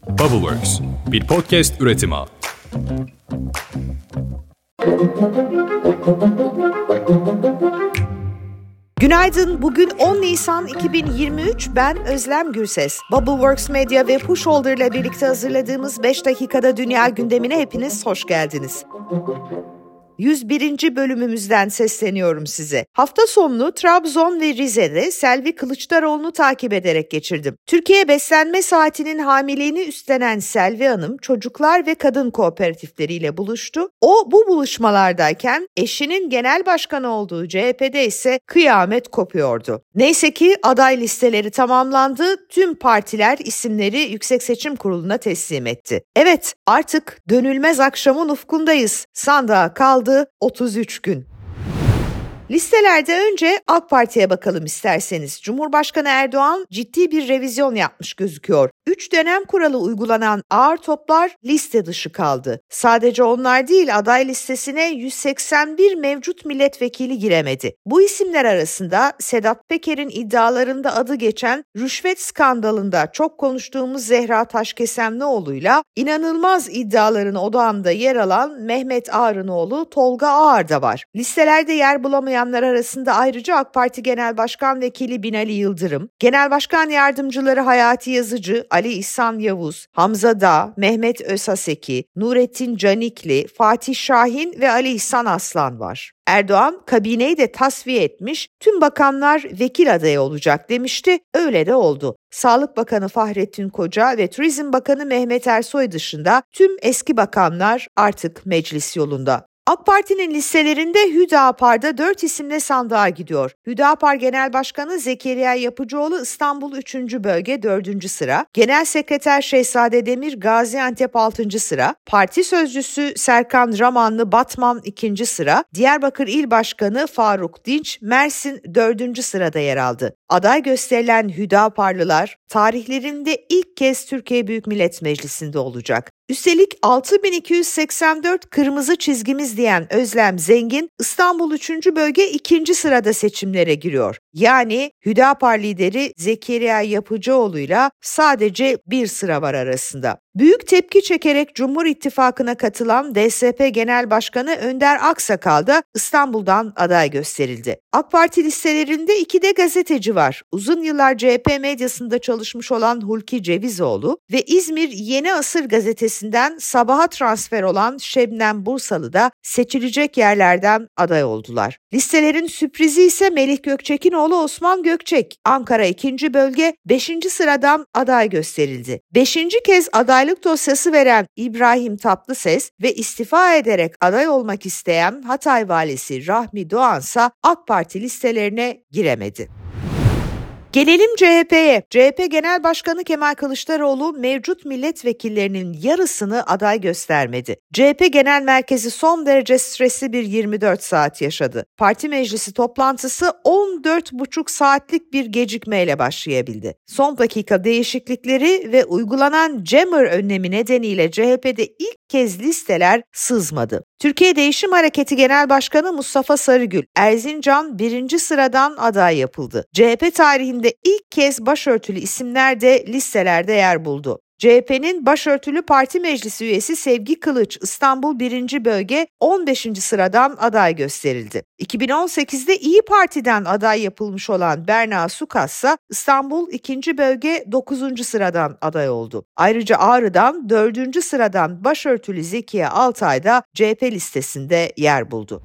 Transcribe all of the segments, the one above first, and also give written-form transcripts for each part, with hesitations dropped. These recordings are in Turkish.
Bubbleworks, bir podcast üretimi. Günaydın, bugün 10 Nisan 2023, ben Özlem Gürses. Bubbleworks Medya ve Pushholder ile birlikte hazırladığımız 5 dakikada dünya gündemine hepiniz hoş geldiniz. 101. bölümümüzden sesleniyorum size. Hafta sonunu Trabzon ve Rize'de Selvi Kılıçdaroğlu'nu takip ederek geçirdim. Türkiye Beslenme Saati'nin hamiliğini üstlenen Selvi Hanım çocuklar ve kadın kooperatifleriyle buluştu. O bu buluşmalardayken eşinin genel başkanı olduğu CHP'de ise kıyamet kopuyordu. Neyse ki aday listeleri tamamlandı. Tüm partiler isimleri Yüksek Seçim Kurulu'na teslim etti. Evet, artık dönülmez akşamın ufkundayız. Sandığa kaldı 33 gün. Listelerde önce AK Parti'ye bakalım isterseniz. Cumhurbaşkanı Erdoğan ciddi bir revizyon yapmış gözüküyor. 3 dönem kuralı uygulanan ağır toplar liste dışı kaldı. Sadece onlar değil, aday listesine 181 mevcut milletvekili giremedi. Bu isimler arasında Sedat Peker'in iddialarında adı geçen rüşvet skandalında çok konuştuğumuz Zehra Taşkesemlioğlu'yla inanılmaz iddiaların odağında yer alan Mehmet Ağar'ın oğlu Tolga Ağar da var. Listelerde yer bulamayanlar arasında ayrıca AK Parti Genel Başkan Vekili Binali Yıldırım, Genel Başkan Yardımcıları Hayati Yazıcı, Ali İhsan Yavuz, Hamza Dağ, Mehmet Özhaseki, Nurettin Canikli, Fatih Şahin ve Ali İhsan Aslan var. Erdoğan kabineyi de tasfiye etmiş, tüm bakanlar vekil adayı olacak demişti, öyle de oldu. Sağlık Bakanı Fahrettin Koca ve Turizm Bakanı Mehmet Ersoy dışında tüm eski bakanlar artık meclis yolunda. AK Parti'nin listelerinde Hüdapar'da 4 isimle sandığa gidiyor. Hüdapar Genel Başkanı Zekeriya Yapıcıoğlu İstanbul 3. Bölge 4. sıra, Genel Sekreter Şehzade Demir Gaziantep 6. sıra, Parti Sözcüsü Serkan Ramanlı Batman 2. sıra, Diyarbakır İl Başkanı Faruk Dinç Mersin 4. sırada yer aldı. Aday gösterilen Hüdaparlılar tarihlerinde ilk kez Türkiye Büyük Millet Meclisi'nde olacak. Üstelik 6284 kırmızı çizgimiz diyen Özlem Zengin İstanbul 3. Bölge 2. sırada seçimlere giriyor. Yani Hüdapar lideri Zekeriya Yapıcıoğlu'yla sadece bir sıra var arasında. Büyük tepki çekerek Cumhur İttifakı'na katılan DSP Genel Başkanı Önder Aksakal da İstanbul'dan aday gösterildi. AK Parti listelerinde 2 de gazeteci var. Uzun yıllar CHP medyasında çalışmış olan Hulki Cevizoğlu ve İzmir Yeni Asır gazetesinden sabaha transfer olan Şebnem Bursalı da seçilecek yerlerden aday oldular. Listelerin sürprizi ise Melih Gökçek'in oğlu Osman Gökçek. Ankara 2. Bölge 5. sıradan aday gösterildi. 5. kez adaylık dosyası veren İbrahim Tatlıses ve istifa ederek aday olmak isteyen Hatay valisi Rahmi Doğansa AK Parti listelerine giremedi. Gelelim CHP'ye. CHP Genel Başkanı Kemal Kılıçdaroğlu mevcut milletvekillerinin yarısını aday göstermedi. CHP Genel Merkezi son derece stresli bir 24 saat yaşadı. Parti meclisi toplantısı 14,5 saatlik bir gecikmeyle başlayabildi. Son dakika değişiklikleri ve uygulanan Jammer önlemi nedeniyle CHP'de ilk kez listeler sızmadı. Türkiye Değişim Hareketi Genel Başkanı Mustafa Sarıgül, Erzincan 1. sıradan aday yapıldı. CHP tarihinde ilk kez başörtülü isimler de listelerde yer buldu. CHP'nin başörtülü parti meclisi üyesi Sevgi Kılıç İstanbul 1. Bölge 15. sıradan aday gösterildi. 2018'de İyi Parti'den aday yapılmış olan Berna Sukas ise İstanbul 2. Bölge 9. sıradan aday oldu. Ayrıca Ağrı'dan 4. sıradan başörtülü Zekiye Altay da CHP listesinde yer buldu.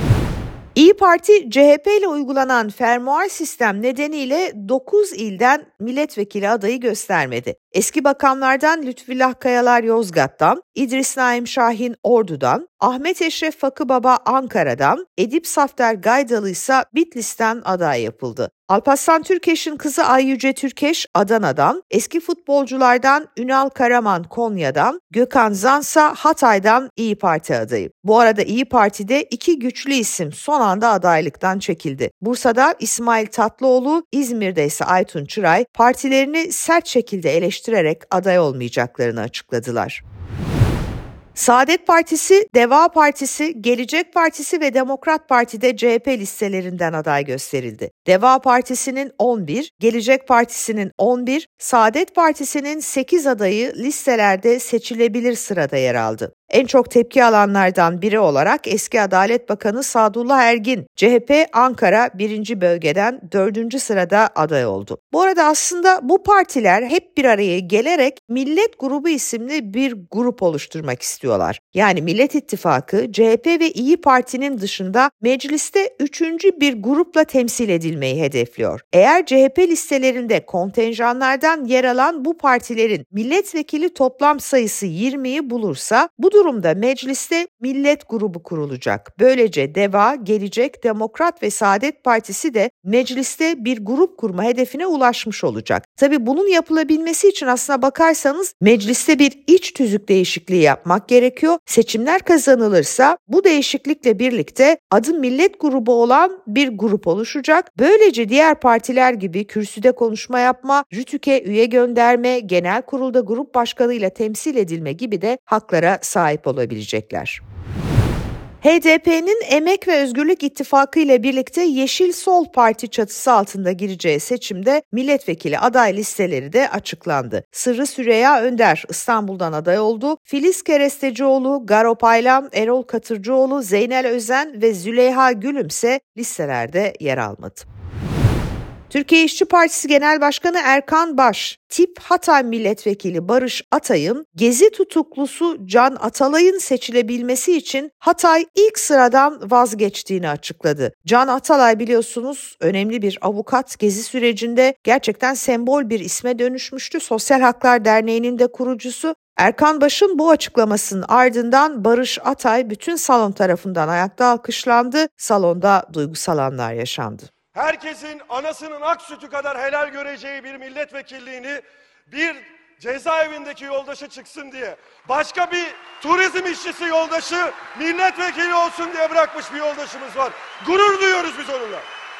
İyi Parti, CHP ile uygulanan fermuar sistem nedeniyle 9 ilden milletvekili adayı göstermedi. Eski bakanlardan Lütfullah Kayalar Yozgat'tan, İdris Naim Şahin Ordu'dan, Ahmet Eşref Fakıbaba Ankara'dan, Edip Safter Gaydalı ise Bitlis'ten aday yapıldı. Alparslan Türkeş'in kızı Ay Yüce Türkeş Adana'dan, eski futbolculardan Ünal Karaman Konya'dan, Gökhan Zansa Hatay'dan İyi Parti adayı. Bu arada İyi Parti'de 2 güçlü isim son anda adaylıktan çekildi. Bursa'da İsmail Tatlıoğlu, İzmir'de ise Aytun Çıray partilerini sert şekilde eleştirerek aday olmayacaklarını açıkladılar. Saadet Partisi, Deva Partisi, Gelecek Partisi ve Demokrat Parti'de CHP listelerinden aday gösterildi. Deva Partisi'nin 11, Gelecek Partisi'nin 11, Saadet Partisi'nin 8 adayı listelerde seçilebilir sırada yer aldı. En çok tepki alanlardan biri olarak eski Adalet Bakanı Sadullah Ergin, CHP Ankara 1. bölgeden 4. sırada aday oldu. Bu arada aslında bu partiler hep bir araya gelerek Millet Grubu isimli bir grup oluşturmak istiyorlar. Yani Millet İttifakı, CHP ve İyi Parti'nin dışında mecliste 3. bir grupla temsil edilmeyi hedefliyor. Eğer CHP listelerinde kontenjanlardan yer alan bu partilerin milletvekili toplam sayısı 20'yi bulursa bu durumda mecliste Millet Grubu kurulacak. Böylece Deva, Gelecek, Demokrat ve Saadet Partisi de mecliste bir grup kurma hedefine ulaşmış olacak. Tabii bunun yapılabilmesi için aslına bakarsanız mecliste bir iç tüzük değişikliği yapmak gerekiyor. Seçimler kazanılırsa bu değişiklikle birlikte adı Millet Grubu olan bir grup oluşacak. Böylece diğer partiler gibi kürsüde konuşma yapma, RTÜK'e üye gönderme, genel kurulda grup başkanıyla temsil edilme gibi de haklara sahip olabilecekler. HDP'nin Emek ve Özgürlük İttifakı ile birlikte Yeşil Sol Parti çatısı altında gireceği seçimde milletvekili aday listeleri de açıklandı. Sırrı Süreyya Önder İstanbul'dan aday oldu. Filiz Kerestecioğlu, Garo Paylan, Erol Katırcıoğlu, Zeynel Özen ve Züleyha Gülüm ise listelerde yer almadı. Türkiye İşçi Partisi Genel Başkanı Erkan Baş, Tip Hatay Milletvekili Barış Atay'ın Gezi tutuklusu Can Atalay'ın seçilebilmesi için Hatay ilk sıradan vazgeçtiğini açıkladı. Can Atalay biliyorsunuz önemli bir avukat, Gezi sürecinde gerçekten sembol bir isme dönüşmüştü. Sosyal Haklar Derneği'nin de kurucusu. Erkan Baş'ın bu açıklamasının ardından Barış Atay bütün salon tarafından ayakta alkışlandı. Salonda duygusal anlar yaşandı. Herkesin anasının ak sütü kadar helal göreceği bir milletvekilliğini bir cezaevindeki yoldaşı çıksın diye, başka bir turizm işçisi yoldaşı milletvekili olsun diye bırakmış bir yoldaşımız var. Gurur duyuyoruz biz onunla.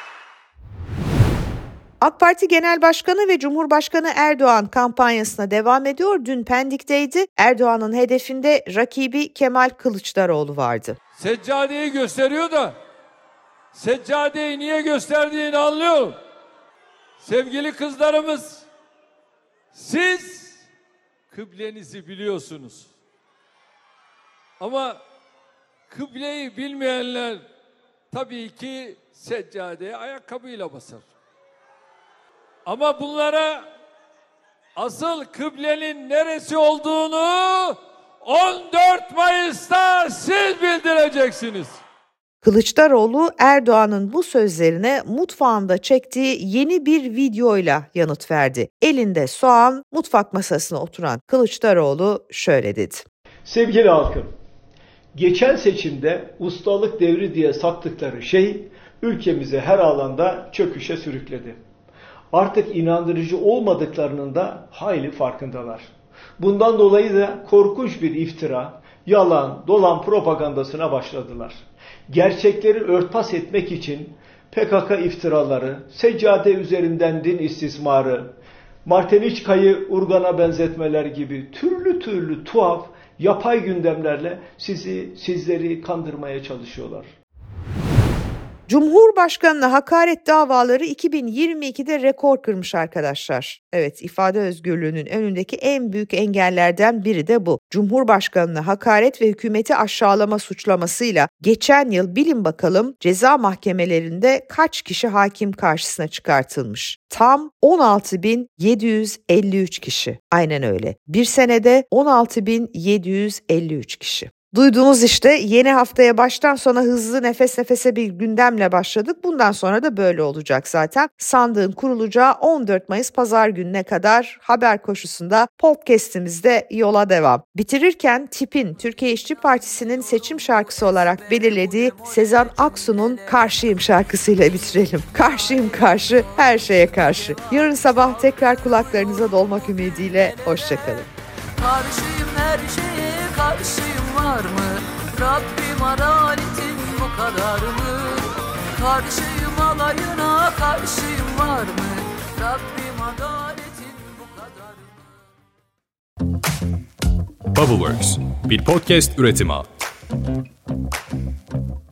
AK Parti Genel Başkanı ve Cumhurbaşkanı Erdoğan kampanyasına devam ediyor. Dün Pendik'teydi. Erdoğan'ın hedefinde rakibi Kemal Kılıçdaroğlu vardı. Seccadeyi gösteriyor da seccadeyi niye gösterdiğini anlıyorum. Sevgili kızlarımız, siz kıblenizi biliyorsunuz. Ama kıbleyi bilmeyenler tabii ki seccadeye ayakkabıyla basar. Ama bunlara asıl kıblenin neresi olduğunu 14 Mayıs'ta siz bildireceksiniz. Kılıçdaroğlu Erdoğan'ın bu sözlerine mutfağında çektiği yeni bir videoyla yanıt verdi. Elinde soğan, mutfak masasına oturan Kılıçdaroğlu şöyle dedi. Sevgili halkım, geçen seçimde ustalık devri diye sattıkları şey ülkemizi her alanda çöküşe sürükledi. Artık inandırıcı olmadıklarının da hayli farkındalar. Bundan dolayı da korkunç bir iftira, yalan, dolan propagandasına başladılar. Gerçekleri örtbas etmek için PKK iftiraları, seccade üzerinden din istismarı, Marteniçka'yı urgana benzetmeler gibi türlü tuhaf, yapay gündemlerle sizleri kandırmaya çalışıyorlar. Cumhurbaşkanına hakaret davaları 2022'de rekor kırmış arkadaşlar. Evet, ifade özgürlüğünün önündeki en büyük engellerden biri de bu. Cumhurbaşkanına hakaret ve hükümeti aşağılama suçlamasıyla geçen yıl bilin bakalım ceza mahkemelerinde kaç kişi hakim karşısına çıkartılmış? Tam 16.753 kişi. Aynen öyle. Bir senede 16.753 kişi. Duyduğunuz işte yeni haftaya baştan sona hızlı nefes nefese bir gündemle başladık. Bundan sonra da böyle olacak zaten. Sandığın kurulacağı 14 Mayıs Pazar gününe kadar haber koşusunda podcast'imizde yola devam. Bitirirken TİP'in Türkiye İşçi Partisi'nin seçim şarkısı olarak belirlediği Sezen Aksu'nun Karşıyım şarkısıyla bitirelim. Karşıyım karşı, her şeye karşı. Yarın sabah tekrar kulaklarınıza dolmak ümidiyle hoşçakalın. Karşıyım her şeye karşıyım var mı? Rabbim adaletin bu kadar mı? Karşıyım alayına karşıyım var mı? Rabbim adaletin bu kadar mı? Bubbleworks, bir podcast üretimi.